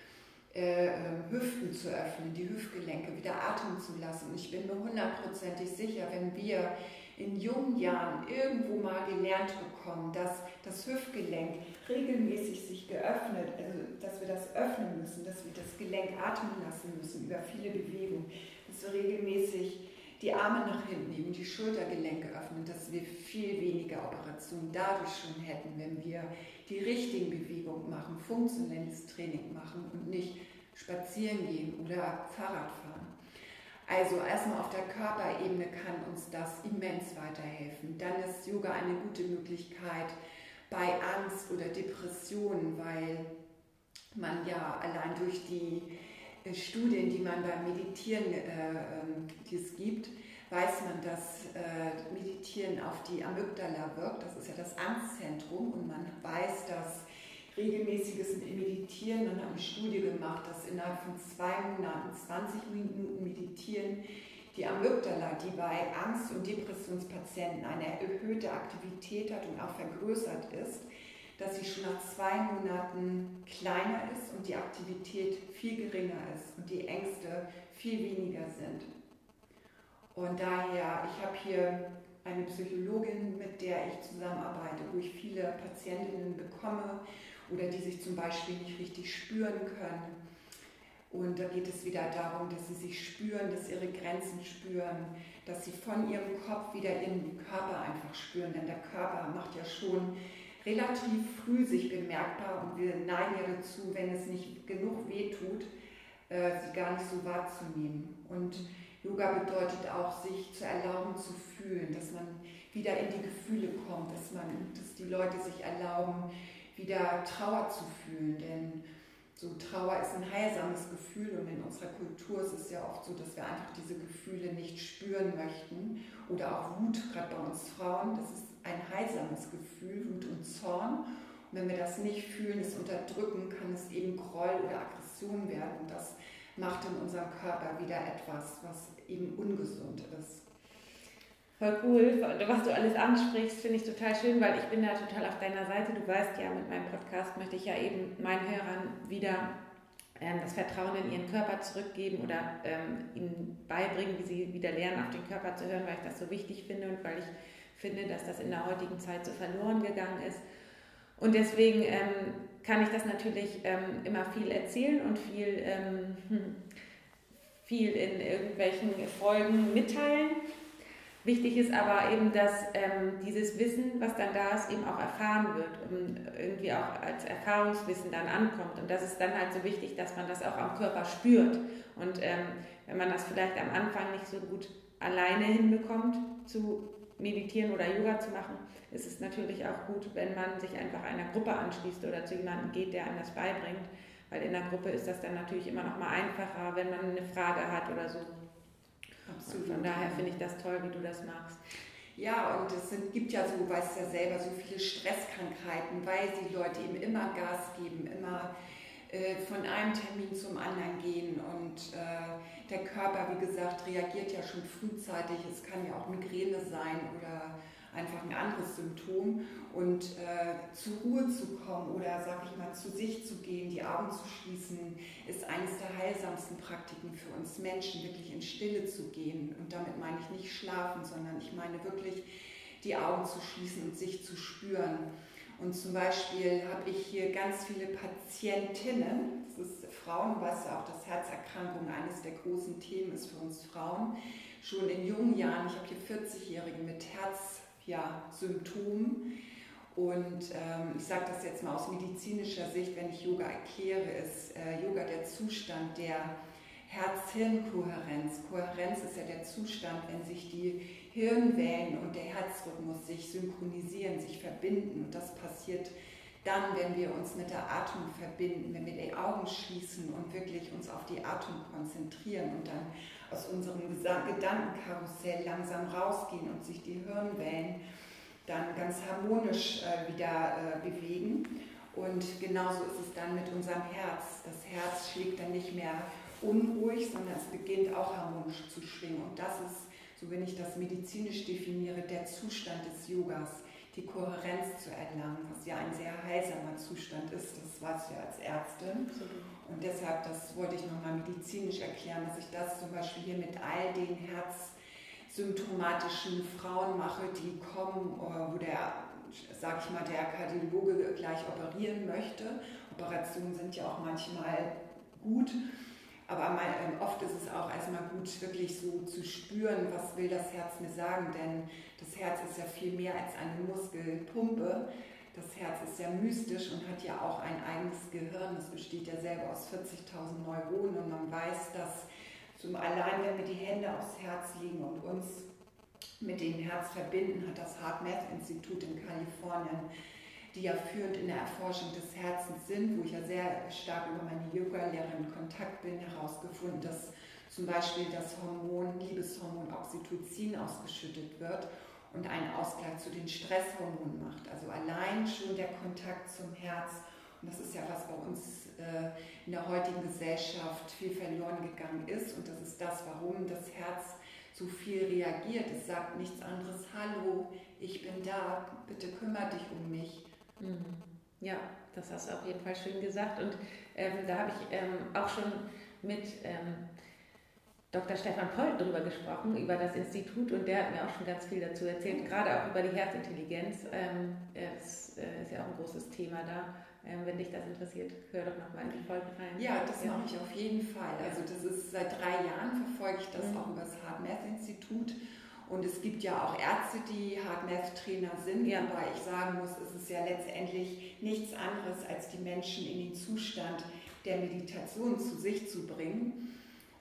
Hüften zu öffnen, die Hüftgelenke wieder atmen zu lassen. Und ich bin mir hundertprozentig sicher, wenn wir in jungen Jahren irgendwo mal gelernt bekommen, dass das Hüftgelenk regelmäßig sich geöffnet, also dass wir das öffnen müssen, dass wir das Gelenk atmen lassen müssen über viele Bewegungen, dass wir regelmäßig die Arme nach hinten nehmen, die Schultergelenke öffnen, dass wir viel weniger Operationen dadurch schon hätten, wenn wir die richtigen Bewegungen machen, funktionelles Training machen und nicht spazieren gehen oder Fahrrad fahren. Also erstmal auf der Körperebene kann uns das immens weiterhelfen. Dann ist Yoga eine gute Möglichkeit bei Angst oder Depressionen, weil man ja allein durch die Studien, die man beim Meditieren die es gibt, weiß man, dass Meditieren auf die Amygdala wirkt. Das ist ja das Angstzentrum und man weiß, dass regelmäßiges Meditieren, man hat eine Studie gemacht, dass innerhalb von 2 Monaten 20 Minuten Meditieren die Amygdala, die bei Angst- und Depressionspatienten eine erhöhte Aktivität hat und auch vergrößert ist, dass sie schon nach 2 Monaten kleiner ist und die Aktivität viel geringer ist und die Ängste viel weniger sind. Und daher, ich habe hier eine Psychologin, mit der ich zusammenarbeite, wo ich viele Patientinnen bekomme oder die sich zum Beispiel nicht richtig spüren können. Und da geht es wieder darum, dass sie sich spüren, dass sie ihre Grenzen spüren, dass sie von ihrem Kopf wieder in den Körper einfach spüren. Denn der Körper macht ja schon relativ früh sich bemerkbar und wir neigen ja dazu, wenn es nicht genug wehtut, sie gar nicht so wahrzunehmen. Und Yoga bedeutet auch, sich zu erlauben zu fühlen, dass man wieder in die Gefühle kommt, dass die Leute sich erlauben, wieder Trauer zu fühlen, denn so Trauer ist ein heilsames Gefühl und in unserer Kultur ist es ja oft so, dass wir einfach diese Gefühle nicht spüren möchten oder auch Wut, gerade bei uns Frauen, das ist ein heilsames Gefühl, Wut und Zorn. Und wenn wir das nicht fühlen, es unterdrücken, kann es eben Groll oder Aggression werden und das macht in unserem Körper wieder etwas, was eben ungesund ist. Voll cool, was du alles ansprichst, finde ich total schön, weil ich bin da total auf deiner Seite. Du weißt ja, mit meinem Podcast möchte ich ja eben meinen Hörern wieder das Vertrauen in ihren Körper zurückgeben oder ihnen beibringen, wie sie wieder lernen, auf den Körper zu hören, weil ich das so wichtig finde und weil ich finde, dass das in der heutigen Zeit so verloren gegangen ist. Und deswegen kann ich das natürlich immer viel erzählen und viel in irgendwelchen Folgen mitteilen. Wichtig ist aber eben, dass dieses Wissen, was dann da ist, eben auch erfahren wird und irgendwie auch als Erfahrungswissen dann ankommt. Und das ist dann halt so wichtig, dass man das auch am Körper spürt. Und wenn man das vielleicht am Anfang nicht so gut alleine hinbekommt, zu meditieren oder Yoga zu machen, ist es natürlich auch gut, wenn man sich einfach einer Gruppe anschließt oder zu jemandem geht, der einem das beibringt. Weil in der Gruppe ist das dann natürlich immer noch mal einfacher, wenn man eine Frage hat oder so. Absolut. Und von daher finde ich das toll, wie du das machst. Ja, und gibt ja so, du weißt ja selber, so viele Stresskrankheiten, weil die Leute eben immer Gas geben, immer von einem Termin zum anderen gehen und der Körper, wie gesagt, reagiert ja schon frühzeitig. Es kann ja auch Migräne sein oder einfach ein anderes Symptom und zur Ruhe zu kommen oder, sag ich mal, zu sich zu gehen, die Augen zu schließen, ist eines der heilsamsten Praktiken für uns Menschen, wirklich in Stille zu gehen. Und damit meine ich nicht schlafen, sondern ich meine wirklich die Augen zu schließen und sich zu spüren. Und zum Beispiel habe ich hier ganz viele Patientinnen, das ist Frauen, weißt du auch, dass Herzerkrankung eines der großen Themen ist für uns Frauen. Schon in jungen Jahren, ich habe hier 40-Jährige mit Herzsymptomen. Und ich sage das jetzt mal aus medizinischer Sicht, wenn ich Yoga erkläre, ist Yoga der Zustand der Herz-Hirn-Kohärenz. Kohärenz ist ja der Zustand, wenn sich die Hirnwellen und der Herzrhythmus sich synchronisieren, sich verbinden. Und das passiert dann, wenn wir uns mit der Atmung verbinden, wenn wir die Augen schließen und wirklich uns auf die Atmung konzentrieren und dann aus unserem Gedankenkarussell langsam rausgehen und sich die Hirnwellen dann ganz harmonisch wieder bewegen. Und genauso ist es dann mit unserem Herz. Das Herz schlägt dann nicht mehr unruhig, sondern es beginnt auch harmonisch zu schwingen. Und das ist, so wenn ich das medizinisch definiere, der Zustand des Yogas, die Kohärenz zu erlangen, was ja ein sehr heilsamer Zustand ist, das weißt du ja als Ärztin. Und deshalb, das wollte ich nochmal medizinisch erklären, dass ich das zum Beispiel hier mit all den herzsymptomatischen Frauen mache, die kommen, wo der, sag ich mal, der Kardiologe gleich operieren möchte. Operationen sind ja auch manchmal gut, aber oft ist es auch erstmal gut, wirklich so zu spüren, was will das Herz mir sagen, denn das Herz ist ja viel mehr als eine Muskelpumpe. Das Herz ist ja mystisch und hat ja auch ein eigenes Gehirn. Das besteht ja selber aus 40.000 Neuronen und man weiß, dass allein wenn wir die Hände aufs Herz legen und uns mit dem Herz verbinden, hat das HeartMath-Institut in Kalifornien, die ja führend in der Erforschung des Herzens sind, wo ich ja sehr stark über meine Yoga-Lehrerin in Kontakt bin, herausgefunden, dass zum Beispiel das Liebeshormon Oxytocin ausgeschüttet wird und einen Ausgleich zu den Stresshormonen macht. Also allein schon der Kontakt zum Herz, und das ist ja was bei uns in der heutigen Gesellschaft viel verloren gegangen ist, und das ist das, warum das Herz so viel reagiert. Es sagt nichts anderes: Hallo, ich bin da, bitte kümmere dich um mich. Ja, das hast du auf jeden Fall schön gesagt. Und da habe ich auch schon mit Dr. Stefan Polt darüber gesprochen, über das Institut, und der hat mir auch schon ganz viel dazu erzählt, gerade auch über die Herzintelligenz. Das ist ja auch ein großes Thema da. Wenn dich das interessiert, hör doch nochmal in die Folge rein. Ja, das mache ich auf jeden Fall. Also das ist seit 3 Jahren, verfolge ich das auch über das HeartMath-Institut. Und es gibt ja auch Ärzte, die HeartMath-Trainer sind, wobei ich sagen muss, es ist ja letztendlich nichts anderes, als die Menschen in den Zustand der Meditation zu sich zu bringen.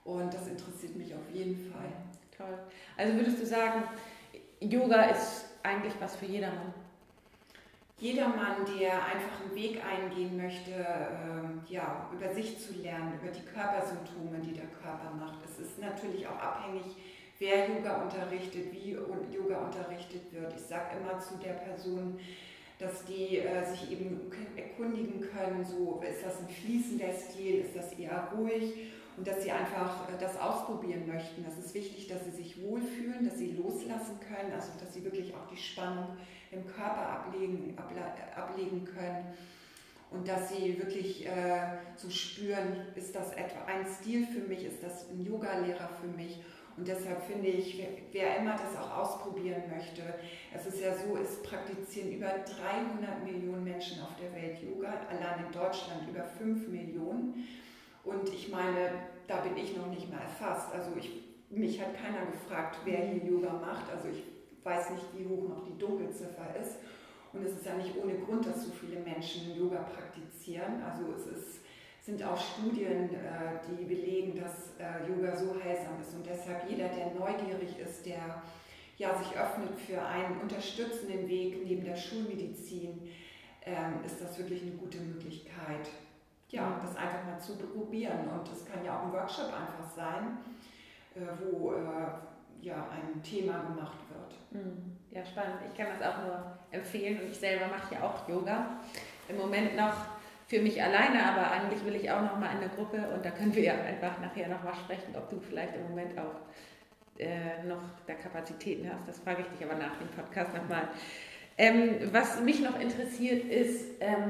Und das interessiert mich auf jeden Fall. Toll. Also würdest du sagen, Yoga ist eigentlich was für jedermann? Jedermann, der einfach einen Weg eingehen möchte, über sich zu lernen, über die Körpersymptome, die der Körper macht. Es ist natürlich auch abhängig, wer Yoga unterrichtet, wie Yoga unterrichtet wird. Ich sage immer zu der Person, dass die sich eben erkundigen können, so ist das ein fließender Stil, ist das eher ruhig, und dass sie einfach das ausprobieren möchten. Das ist wichtig, dass sie sich wohlfühlen, dass sie loslassen können, also dass sie wirklich auch die Spannung im Körper ablegen können und dass sie wirklich so spüren, ist das etwa ein Stil für mich, ist das ein Yoga-Lehrer für mich. Und deshalb finde ich, wer immer das auch ausprobieren möchte, es ist ja so, es praktizieren über 300 Millionen Menschen auf der Welt Yoga, allein in Deutschland über 5 Millionen. Und ich meine, da bin ich noch nicht mal erfasst. Also mich hat keiner gefragt, wer hier Yoga macht. Also ich weiß nicht, wie hoch noch die Dunkelziffer ist. Und es ist ja nicht ohne Grund, dass so viele Menschen Yoga praktizieren. Also sind auch Studien, die belegen, dass Yoga so heilsam ist. Und deshalb jeder, der neugierig ist, der sich öffnet für einen unterstützenden Weg neben der Schulmedizin, ist das wirklich eine gute Möglichkeit, das einfach mal zu probieren. Und es kann ja auch ein Workshop einfach sein, wo ein Thema gemacht wird. Ja, spannend. Ich kann das auch nur empfehlen und ich selber mache ja auch Yoga. Im Moment noch für mich alleine, aber eigentlich will ich auch noch mal in der Gruppe und da können wir ja einfach nachher noch mal sprechen, ob du vielleicht im Moment auch noch da Kapazitäten hast. Das frage ich dich aber nach dem Podcast nochmal. Was mich noch interessiert ist,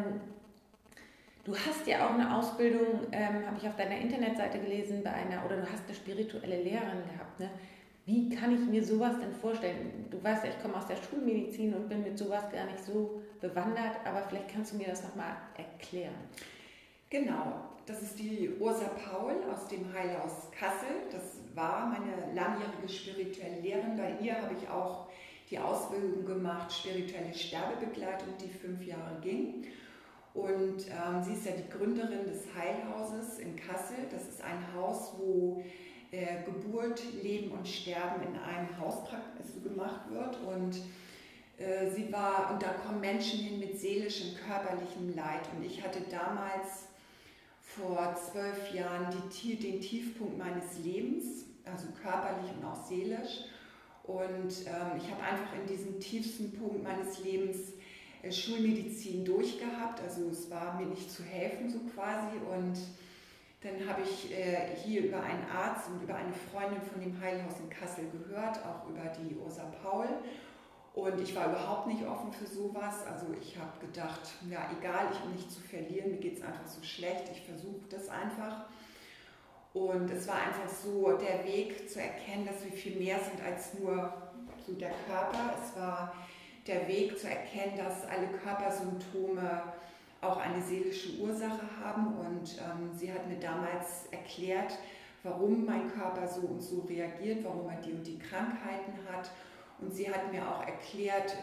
du hast ja auch eine Ausbildung, habe ich auf deiner Internetseite gelesen, oder du hast eine spirituelle Lehrerin gehabt, ne? Wie kann ich mir sowas denn vorstellen? Du weißt ja, ich komme aus der Schulmedizin und bin mit sowas gar nicht so bewandert, aber vielleicht kannst du mir das nochmal erklären. Genau, das ist die Ursa Paul aus dem Heilhaus Kassel. Das war meine langjährige spirituelle Lehrerin. Bei ihr habe ich auch die Ausbildung gemacht, spirituelle Sterbebegleitung, die 5 Jahre ging. Und sie ist ja die Gründerin des Heilhauses in Kassel. Das ist ein Haus, wo Geburt, Leben und Sterben in einem Haus gemacht wird. Und da kommen Menschen hin mit seelischem, körperlichem Leid. Und ich hatte damals vor 12 Jahren den Tiefpunkt meines Lebens, also körperlich und auch seelisch. Und ich habe einfach in diesem tiefsten Punkt meines Lebens Schulmedizin durchgehabt. Also es war mir nicht zu helfen so quasi. Und dann habe ich hier über einen Arzt und über eine Freundin von dem Heilhaus in Kassel gehört, auch über die Ursa Paul. Und ich war überhaupt nicht offen für sowas. Also ich habe gedacht, ja egal, ich habe nichts zu verlieren, mir geht es einfach so schlecht, ich versuche das einfach. Und es war einfach so der Weg zu erkennen, dass wir viel mehr sind als nur so der Körper. Es war der Weg zu erkennen, dass alle Körpersymptome auch eine seelische Ursache haben. Und sie hat mir damals erklärt, warum mein Körper so und so reagiert, warum er die und die Krankheiten hat. Und sie hat mir auch erklärt,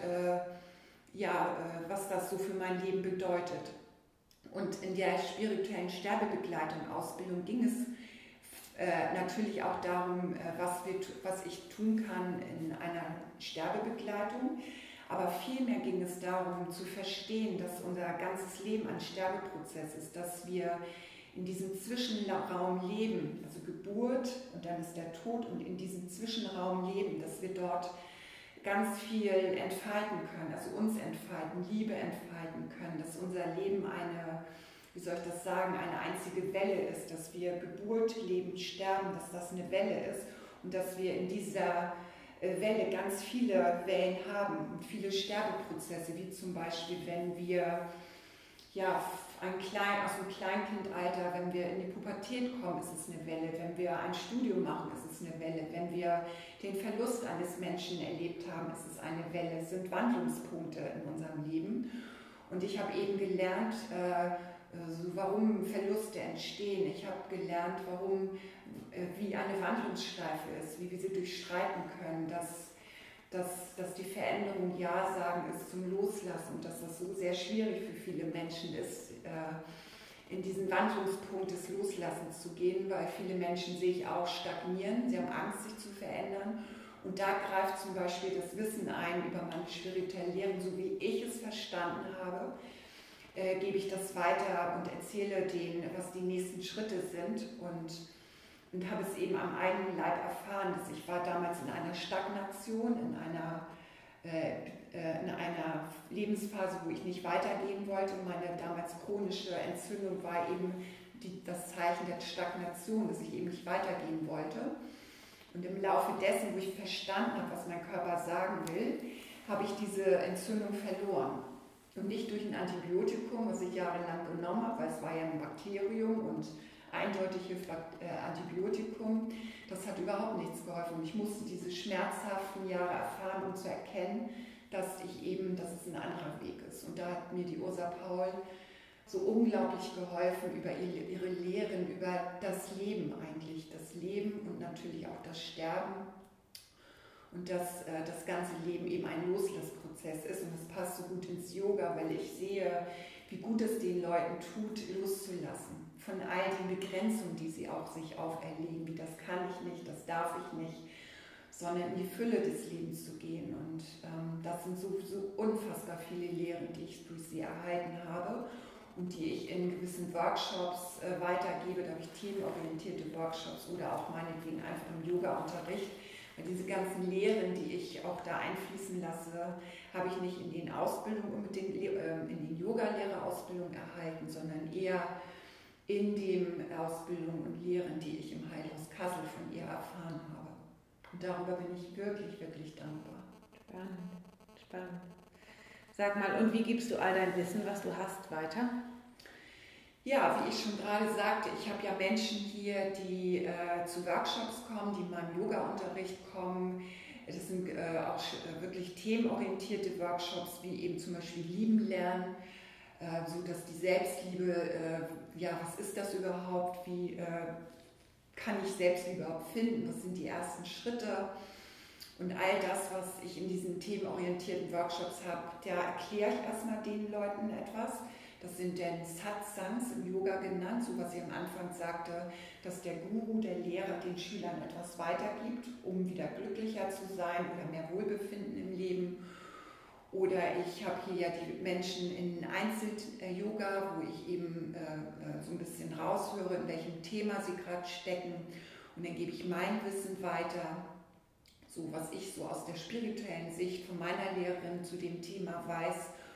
was das so für mein Leben bedeutet. Und in der spirituellen Sterbebegleitung Ausbildung ging es natürlich auch darum, was ich tun kann in einer Sterbebegleitung. Aber vielmehr ging es darum zu verstehen, dass unser ganzes Leben ein Sterbeprozess ist, dass wir in diesem Zwischenraum leben, also Geburt und dann ist der Tod und in diesem Zwischenraum leben, dass wir dort ganz viel entfalten können, also uns entfalten, Liebe entfalten können, dass unser Leben eine einzige Welle ist, dass wir Geburt, Leben, Sterben, dass das eine Welle ist und dass wir in dieser Welle ganz viele Wellen haben und viele Sterbeprozesse, wie zum Beispiel, wenn wir aus dem Kleinkindalter, wenn wir in die Pubertät kommen, ist es eine Welle, wenn wir ein Studium machen, ist es eine Welle, wenn wir den Verlust eines Menschen erlebt haben, ist es eine Welle, es sind Wandlungspunkte in unserem Leben. Und ich habe eben gelernt, warum Verluste entstehen. Ich habe gelernt, wie eine Wandlungsschleife ist, wie wir sie durchstreiten können, dass die Veränderung Ja sagen ist zum Loslassen und dass das so sehr schwierig für viele Menschen ist, in diesen Wandlungspunkt des Loslassens zu gehen, weil viele Menschen sehe ich auch stagnieren, sie haben Angst, sich zu verändern. Und da greift zum Beispiel das Wissen ein über meine spirituelle Lehre, so wie ich es verstanden habe, gebe ich das weiter und erzähle denen, was die nächsten Schritte sind und habe es eben am eigenen Leib erfahren, dass ich war damals in einer Stagnation, in einer Lebensphase, wo ich nicht weitergehen wollte. Und meine damals chronische Entzündung war eben das Zeichen der Stagnation, dass ich eben nicht weitergehen wollte. Und im Laufe dessen, wo ich verstanden habe, was mein Körper sagen will, habe ich diese Entzündung verloren. Und nicht durch ein Antibiotikum, was ich jahrelang genommen habe, weil es war ja ein Bakterium und eindeutig hilft Antibiotikum. Das hat überhaupt nichts geholfen. Ich musste diese schmerzhaften Jahre erfahren, um zu erkennen, dass es ein anderer Weg ist. Und da hat mir die Ursa Paul so unglaublich geholfen über ihre Lehren, über das Leben eigentlich, das Leben und natürlich auch das Sterben. Und dass das ganze Leben eben ein Loslassprozess ist. Und das passt so gut ins Yoga, weil ich sehe, wie gut es den Leuten tut, loszulassen. Von all den Begrenzungen, die sie auch sich auferlegen, wie das kann ich nicht, das darf ich nicht, sondern in die Fülle des Lebens zu gehen. Und das sind so unfassbar viele Lehren, die ich durch sie erhalten habe und die ich in gewissen Workshops weitergebe. Da habe ich themenorientierte Workshops oder auch meinetwegen einfach im Yoga-Unterricht. Diese ganzen Lehren, die ich auch da einfließen lasse, habe ich nicht in den Ausbildungen unbedingt, in den Yoga-Lehrerausbildungen erhalten, sondern eher in den Ausbildungen und Lehren, die ich im Heilhaus Kassel von ihr erfahren habe. Und darüber bin ich wirklich, wirklich dankbar. Spannend, spannend. Sag mal, und wie gibst du all dein Wissen, was du hast, weiter? Ja, wie ich schon gerade sagte, ich habe ja Menschen hier, die zu Workshops kommen, die in meinem Yoga-Unterricht kommen. Das sind auch wirklich themenorientierte Workshops, wie eben zum Beispiel Lieben lernen, so dass die Selbstliebe, was ist das überhaupt, wie kann ich Selbstliebe überhaupt finden, was sind die ersten Schritte und all das, was ich in diesen themenorientierten Workshops habe, da erkläre ich erstmal den Leuten etwas. Das sind dann Satsangs im Yoga genannt, so was ich am Anfang sagte, dass der Guru, der Lehrer den Schülern etwas weitergibt, um wieder glücklicher zu sein oder mehr Wohlbefinden im Leben. Oder ich habe hier ja die Menschen in Einzel-Yoga, wo ich eben so ein bisschen raushöre, in welchem Thema sie gerade stecken. Und dann gebe ich mein Wissen weiter, so was ich so aus der spirituellen Sicht von meiner Lehrerin zu dem Thema weiß.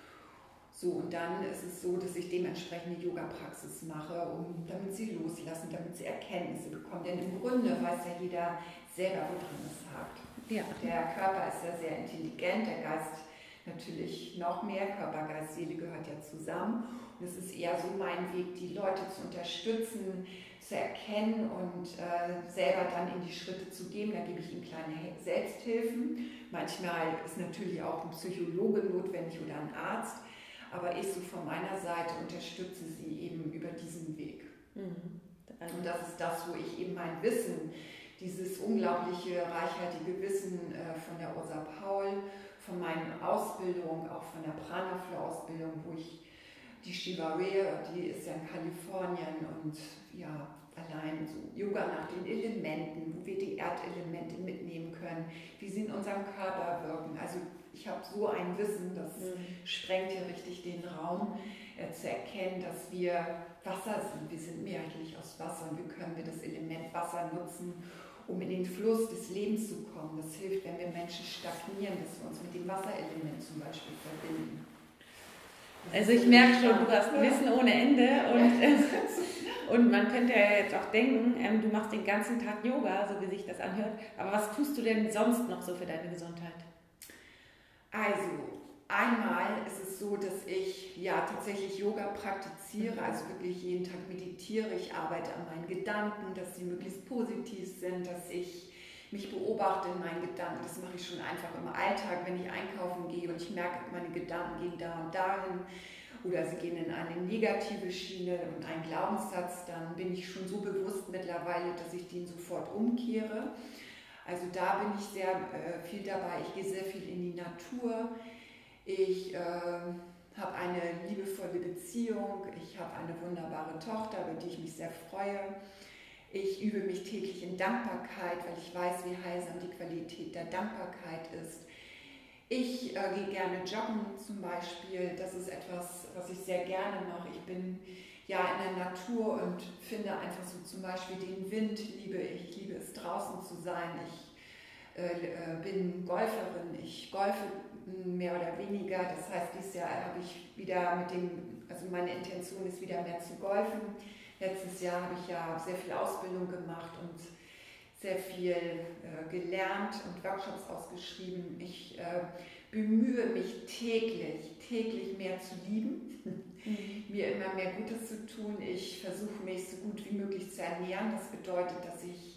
So, und dann ist es so, dass ich dementsprechend eine Yoga-Praxis mache, damit sie loslassen, damit sie Erkenntnisse bekommen. Denn im Grunde weiß ja jeder selber, woran es hakt. Ja. Der Körper ist ja sehr intelligent, der Geist natürlich noch mehr. Körper, Geist, Seele gehört ja zusammen. Und es ist eher so mein Weg, die Leute zu unterstützen, zu erkennen und selber dann in die Schritte zu gehen. Da gebe ich ihnen kleine Selbsthilfen. Manchmal ist natürlich auch ein Psychologe notwendig oder ein Arzt. Aber ich so von meiner Seite unterstütze sie eben über diesen Weg. Mhm. Und das ist das, wo ich eben mein Wissen, dieses unglaubliche, reichhaltige Wissen von der Ursa Paul, von meinen Ausbildungen, auch von der Prana-Flow-Ausbildung, wo ich die Shiva Rea, die ist ja in Kalifornien und ja, allein so Yoga nach den Elementen, wo wir die Erdelemente mitnehmen können, wie sie in unserem Körper wirken. Also ich habe so ein Wissen, das sprengt hier richtig den Raum, zu erkennen, dass wir Wasser sind. Wir sind mehrheitlich aus Wasser und wie können wir das Element Wasser nutzen, um in den Fluss des Lebens zu kommen. Das hilft, wenn wir Menschen stagnieren, dass wir uns mit dem Wasserelement zum Beispiel verbinden. Also ich merke schon, du hast Wissen ohne Ende und man könnte ja jetzt auch denken, du machst den ganzen Tag Yoga, so wie sich das anhört, aber was tust du denn sonst noch so für deine Gesundheit? Also, einmal ist es so, dass ich ja tatsächlich Yoga praktiziere, also wirklich jeden Tag meditiere. Ich arbeite an meinen Gedanken, dass sie möglichst positiv sind, dass ich mich beobachte in meinen Gedanken. Das mache ich schon einfach im Alltag, wenn ich einkaufen gehe und ich merke, meine Gedanken gehen da und dahin oder sie gehen in eine negative Schiene und einen Glaubenssatz, dann bin ich schon so bewusst mittlerweile, dass ich den sofort umkehre. Also da bin ich sehr viel dabei. Ich gehe sehr viel in die Natur. Ich habe eine liebevolle Beziehung, ich habe eine wunderbare Tochter, über die ich mich sehr freue. Ich übe mich täglich in Dankbarkeit, weil ich weiß, wie heilsam die Qualität der Dankbarkeit ist. Ich gehe gerne joggen zum Beispiel, das ist etwas, was ich sehr gerne mache. Ich bin ja in der Natur und finde einfach so zum Beispiel den Wind liebe ich. Ich liebe es draußen zu sein. Ich bin Golferin, ich golfe mehr oder weniger. Das heißt, dieses Jahr habe ich wieder also meine Intention ist wieder mehr zu golfen. Letztes Jahr habe ich ja sehr viel Ausbildung gemacht und sehr viel gelernt und Workshops ausgeschrieben. Ich bemühe mich täglich mehr zu lieben, mir immer mehr Gutes zu tun. Ich versuche mich so gut wie möglich zu ernähren. Das bedeutet, dass ich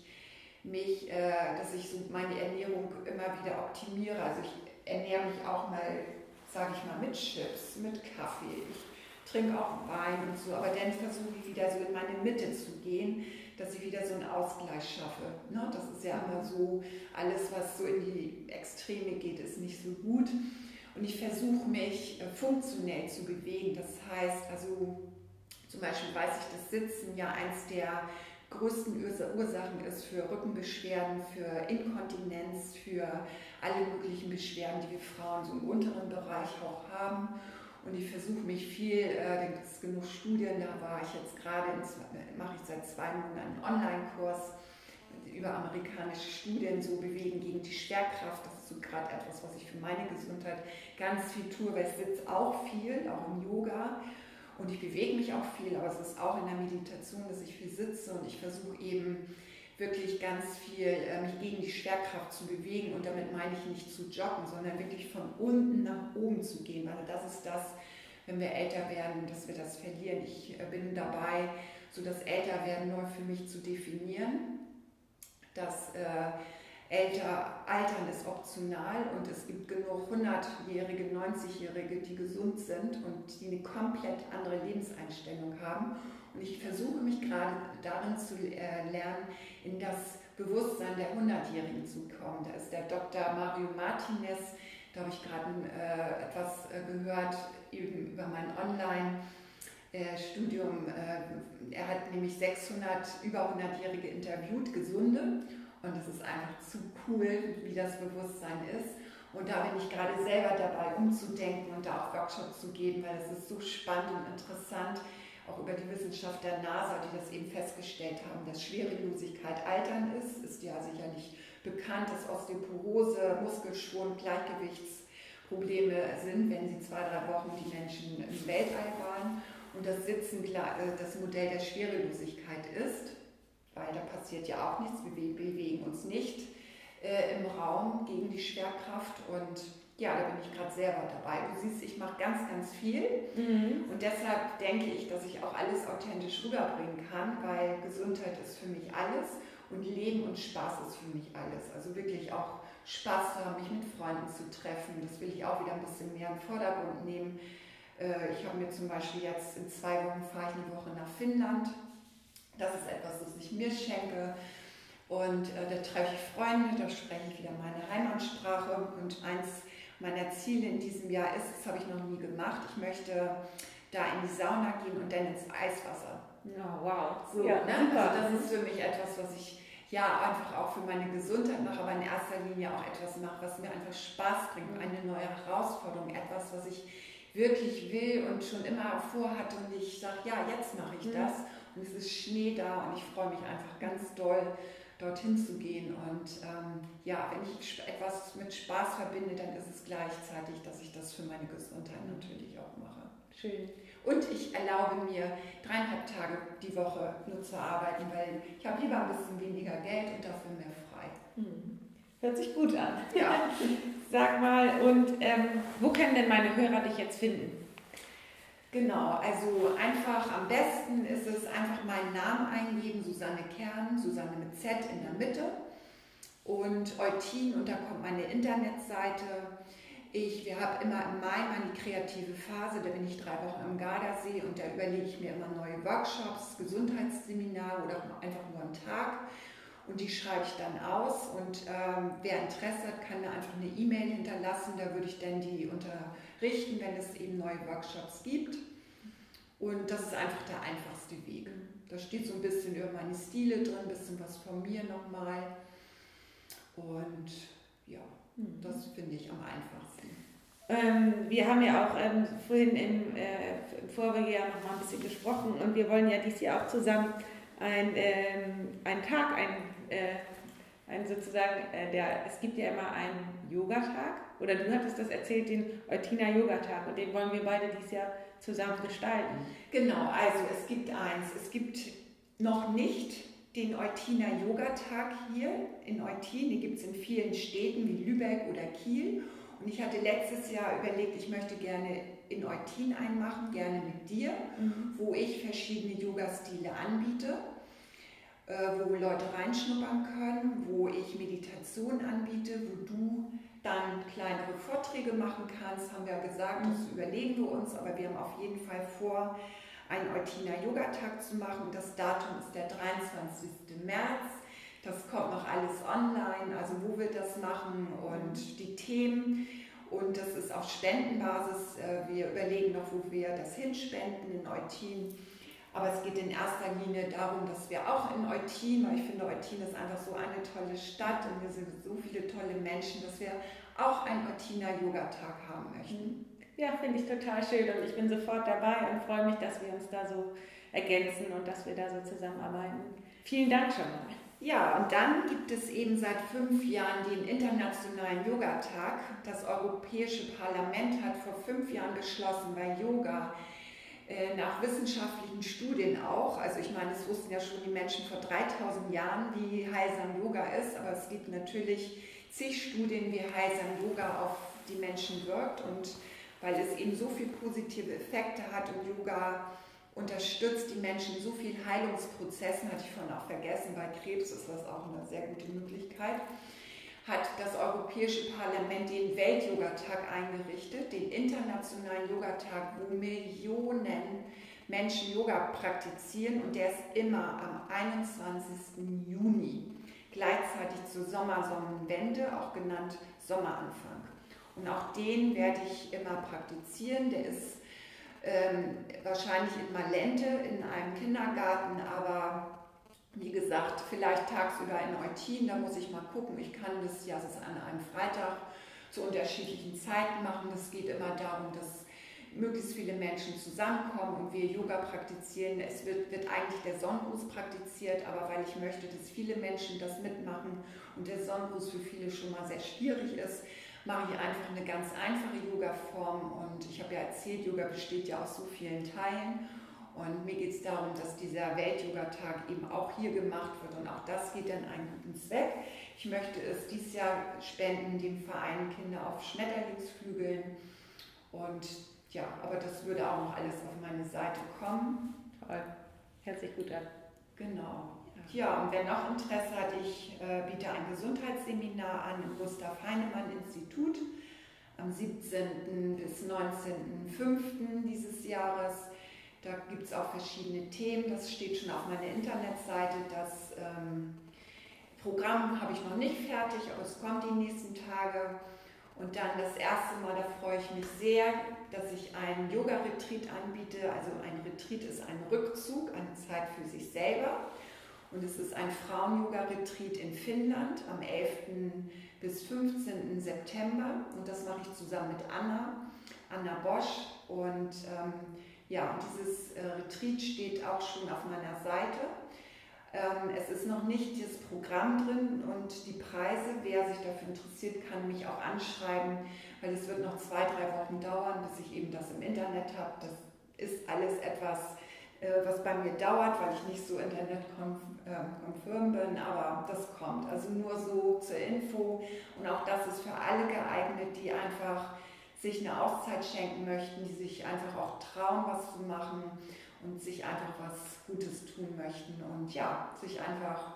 so meine Ernährung immer wieder optimiere. Also ich ernähre mich auch mal, sage ich mal, mit Chips, mit Kaffee. Ich trinke auch Wein und so, aber dann versuche ich wieder so in meine Mitte zu gehen, dass ich wieder so einen Ausgleich schaffe. Ne? Das ist ja immer so, alles was so in die Extreme geht, ist nicht so gut. Und ich versuche mich funktionell zu bewegen. Das heißt, also zum Beispiel weiß ich, dass Sitzen ja eins der größten Ursachen ist für Rückenbeschwerden, für Inkontinenz, für alle möglichen Beschwerden, die wir Frauen so im unteren Bereich auch haben. Und ich versuche mich viel, da gibt es genug Studien, da war ich jetzt gerade, mache ich seit 2 Monaten einen Online-Kurs über amerikanische Studien, so Bewegen gegen die Schwerkraft. Das ist so gerade etwas, was ich für meine Gesundheit ganz viel tue, weil ich sitze auch viel, auch im Yoga. Und ich bewege mich auch viel, aber es ist auch in der Meditation, dass ich viel sitze und ich versuche eben wirklich ganz viel mich gegen die Schwerkraft zu bewegen und damit meine ich nicht zu joggen, sondern wirklich von unten nach oben zu gehen, weil das ist das, wenn wir älter werden, dass wir das verlieren. Ich bin dabei, so das Älterwerden neu für mich zu definieren, dass Altern ist optional und es gibt genug 100-Jährige, 90-Jährige, die gesund sind und die eine komplett andere Lebenseinstellung haben. Und ich versuche mich gerade darin zu lernen, in das Bewusstsein der 100-Jährigen zu kommen. Da ist der Dr. Mario Martinez, da habe ich gerade etwas gehört eben über mein Online-Studium. Er hat nämlich über 100-Jährige interviewt, gesunde. Und es ist einfach zu cool, wie das Bewusstsein ist. Und da bin ich gerade selber dabei, umzudenken und da auch Workshops zu geben, weil es ist so spannend und interessant, auch über die Wissenschaft der NASA, die das eben festgestellt haben, dass Schwerelosigkeit Altern ist ja sicherlich bekannt, dass Osteoporose, Muskelschwund, Gleichgewichtsprobleme sind, wenn sie 2-3 Wochen die Menschen im Weltall waren. Und das Sitzen das Modell der Schwerelosigkeit ist, weil da passiert ja auch nichts, wir bewegen uns nicht im Raum gegen die Schwerkraft und ja, da bin ich gerade selber dabei. Du siehst, ich mache ganz, ganz viel und deshalb denke ich, dass ich auch alles authentisch rüberbringen kann, weil Gesundheit ist für mich alles und Leben und Spaß ist für mich alles. Also wirklich auch Spaß zu haben, mich mit Freunden zu treffen, das will ich auch wieder ein bisschen mehr in den Vordergrund nehmen. Ich habe mir zum Beispiel jetzt in 2 Wochen fahre ich eine Woche nach Finnland. Das ist etwas, das ich mir schenke und da treffe ich Freunde, da spreche ich wieder meine Heimatsprache und eins meiner Ziele in diesem Jahr ist, das habe ich noch nie gemacht, ich möchte da in die Sauna gehen und dann ins Eiswasser. Oh, wow, so, ja, ne? Also das ist für mich etwas, was ich ja einfach auch für meine Gesundheit mache, aber in erster Linie auch etwas mache, was mir einfach Spaß bringt, eine neue Herausforderung, etwas, was ich wirklich will und schon immer vorhatte und ich sage, ja, jetzt mache ich das. Und es ist Schnee da und ich freue mich einfach ganz doll, dorthin zu gehen. Und ja, wenn ich etwas mit Spaß verbinde, dann ist es gleichzeitig, dass ich das für meine Gesundheit natürlich auch mache. Schön. Und ich erlaube mir 3,5 Tage die Woche nur zu arbeiten, weil ich habe lieber ein bisschen weniger Geld und dafür mehr frei. Hört sich gut an. Ja. Sag mal, und wo können denn meine Hörer dich jetzt finden? Genau, also einfach am besten ist es einfach meinen Namen eingeben, Susanne Kern, Susanne mit Z in der Mitte und Eutin und da kommt meine Internetseite. Wir haben immer im Mai meine kreative Phase, da bin ich 3 Wochen am Gardasee und da überlege ich mir immer neue Workshops, Gesundheitsseminare oder einfach nur einen Tag. und die schreibe ich dann aus und wer Interesse hat, kann mir einfach eine E-Mail hinterlassen, da würde ich dann die unterrichten, wenn es eben neue Workshops gibt. Und das ist einfach der einfachste Weg. Da steht so ein bisschen über meine Stile drin, ein bisschen was von mir nochmal. Und ja, das finde ich am einfachsten. Wir haben ja auch vorhin im vorigen Jahr noch mal ein bisschen gesprochen und wir wollen ja dieses Jahr auch zusammen einen Tag, es gibt ja immer einen Yogatag, oder du hattest das erzählt, den Eutiner Yogatag, und den wollen wir beide dieses Jahr zusammen gestalten. Genau, also es gibt noch nicht den Eutiner Yogatag hier in Eutin, den gibt es in vielen Städten wie Lübeck oder Kiel, und ich hatte letztes Jahr überlegt, ich möchte gerne in Eutin einen machen, gerne mit dir, wo ich verschiedene Yoga-Stile anbiete, wo Leute reinschnuppern können, wo ich Meditation anbiete, wo du dann kleinere Vorträge machen kannst, haben wir gesagt, das überlegen wir uns, aber wir haben auf jeden Fall vor, einen Eutiner Yogatag zu machen. Das Datum ist der 23. März. Das kommt noch alles online, also wo wir das machen und die Themen. Und das ist auf Spendenbasis. Wir überlegen noch, wo wir das hinspenden in Eutin. Aber es geht in erster Linie darum, dass wir auch in Eutin, weil ich finde, Eutin ist einfach so eine tolle Stadt und wir sind so viele tolle Menschen, dass wir auch einen Eutiner Yogatag haben möchten. Ja, finde ich total schön und ich bin sofort dabei und freue mich, dass wir uns da so ergänzen und dass wir da so zusammenarbeiten. Vielen Dank schon mal. Ja, und dann gibt es eben seit 5 Jahren den Internationalen Yogatag. Das Europäische Parlament hat vor 5 Jahren beschlossen, weil Yoga nach wissenschaftlichen Studien auch, also ich meine, das wussten ja schon die Menschen vor 3000 Jahren, wie heilsam Yoga ist, aber es gibt natürlich zig Studien, wie heilsam Yoga auf die Menschen wirkt, und weil es eben so viele positive Effekte hat und Yoga unterstützt die Menschen in so vielen Heilungsprozessen, hatte ich vorhin auch vergessen, bei Krebs ist das auch eine sehr gute Möglichkeit, hat das Europäische Parlament den Welt-Yogatag eingerichtet, den internationalen Yogatag, wo Millionen Menschen Yoga praktizieren, und der ist immer am 21. Juni, gleichzeitig zur Sommersonnenwende, auch genannt Sommeranfang. Und auch den werde ich immer praktizieren, der ist wahrscheinlich in Malente in einem Kindergarten, aber wie gesagt, vielleicht tagsüber in Eutin, da muss ich mal gucken. Ich kann das ja an einem Freitag zu unterschiedlichen Zeiten machen. Es geht immer darum, dass möglichst viele Menschen zusammenkommen und wir Yoga praktizieren. Es wird eigentlich der Sonnengruß praktiziert, aber weil ich möchte, dass viele Menschen das mitmachen und der Sonnengruß für viele schon mal sehr schwierig ist, mache ich einfach eine ganz einfache Yoga-Form. Und ich habe ja erzählt, Yoga besteht ja aus so vielen Teilen. Und mir geht es darum, dass dieser Welt-Yoga-Tag eben auch hier gemacht wird, und auch das geht dann einen guten Zweck. Ich möchte es dieses Jahr spenden, dem Verein Kinder auf Schmetterlingsflügeln. Und ja, aber das würde auch noch alles auf meine Seite kommen. Toll, hört sich gut an. Genau. Ja, und wer noch Interesse hat, ich biete ein Gesundheitsseminar an im Gustav Heinemann Institut am 17. bis 19.05. dieses Jahres. Da gibt es auch verschiedene Themen, das steht schon auf meiner Internetseite. Das Programm habe ich noch nicht fertig, aber es kommt die nächsten Tage. Und dann das erste Mal, da freue ich mich sehr, dass ich einen Yoga-Retreat anbiete. Also ein Retreat ist ein Rückzug, eine Zeit für sich selber. Und es ist ein Frauen-Yoga-Retreat in Finnland am 11. bis 15. September. Und das mache ich zusammen mit Anna Bosch. Und ja, dieses Retreat steht auch schon auf meiner Seite. Es ist noch nicht das Programm drin und die Preise, wer sich dafür interessiert, kann mich auch anschreiben, weil es wird noch 2-3 Wochen dauern, bis ich eben das im Internet habe. Das ist alles etwas, was bei mir dauert, weil ich nicht so internetkonfirm bin, aber das kommt. Also nur so zur Info, und auch das ist für alle geeignet, die einfach sich eine Auszeit schenken möchten, die sich einfach auch trauen, was zu machen und sich einfach was Gutes tun möchten und ja, sich einfach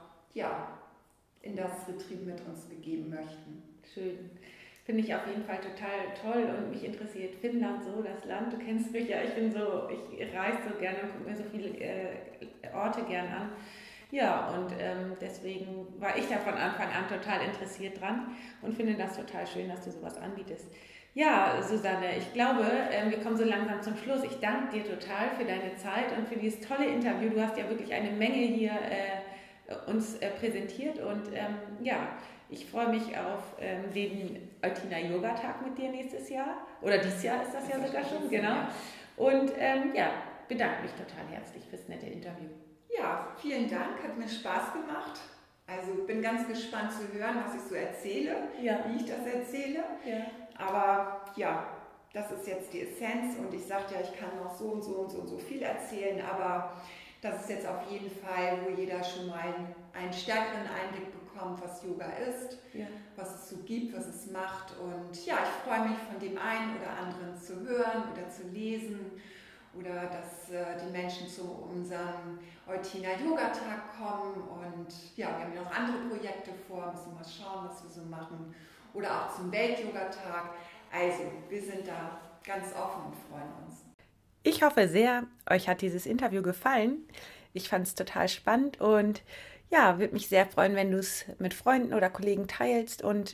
in das Retreat mit uns begeben möchten. Schön. Finde ich auf jeden Fall total toll, und mich interessiert Finnland so, das Land. Du kennst mich ja, ich reise so gerne und gucke mir so viele Orte gern an. Ja, und deswegen war ich da von Anfang an total interessiert dran und finde das total schön, dass du sowas anbietest. Ja, Susanne, ich glaube, wir kommen so langsam zum Schluss. Ich danke dir total für deine Zeit und für dieses tolle Interview. Du hast ja wirklich eine Menge hier uns präsentiert und ja, ich freue mich auf den Eutiner Yoga-Tag mit dir nächstes Jahr. Oder dieses Jahr ist das ja sogar schon, genau. Und ja, bedanke mich total herzlich fürs nette Interview. Ja, vielen Dank, hat mir Spaß gemacht. Also bin ganz gespannt zu hören, was ich so erzähle, wie ich das erzähle. Ja. Aber ja, das ist jetzt die Essenz und ich sagte ja, ich kann noch so und so und so und so viel erzählen, aber das ist jetzt auf jeden Fall, wo jeder schon mal einen stärkeren Einblick bekommt, was Yoga ist, was es so gibt, was es macht. Und ja, ich freue mich, von dem einen oder anderen zu hören oder zu lesen oder dass die Menschen zu unserem Eutiner Yoga-Tag kommen. Und ja, wir haben ja noch andere Projekte vor, müssen mal schauen, was wir so machen. Oder auch zum Welt-Yoga-Tag. Also, wir sind da ganz offen und freuen uns. Ich hoffe sehr, euch hat dieses Interview gefallen. Ich fand es total spannend und ja, würde mich sehr freuen, wenn du es mit Freunden oder Kollegen teilst und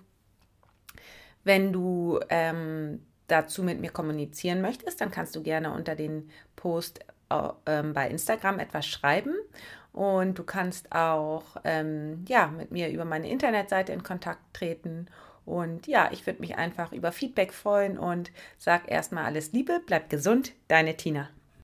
wenn du dazu mit mir kommunizieren möchtest, dann kannst du gerne unter den Post bei Instagram etwas schreiben und du kannst auch mit mir über meine Internetseite in Kontakt treten. Und ja, ich würde mich einfach über Feedback freuen und sag erstmal alles Liebe, bleib gesund, deine Tina.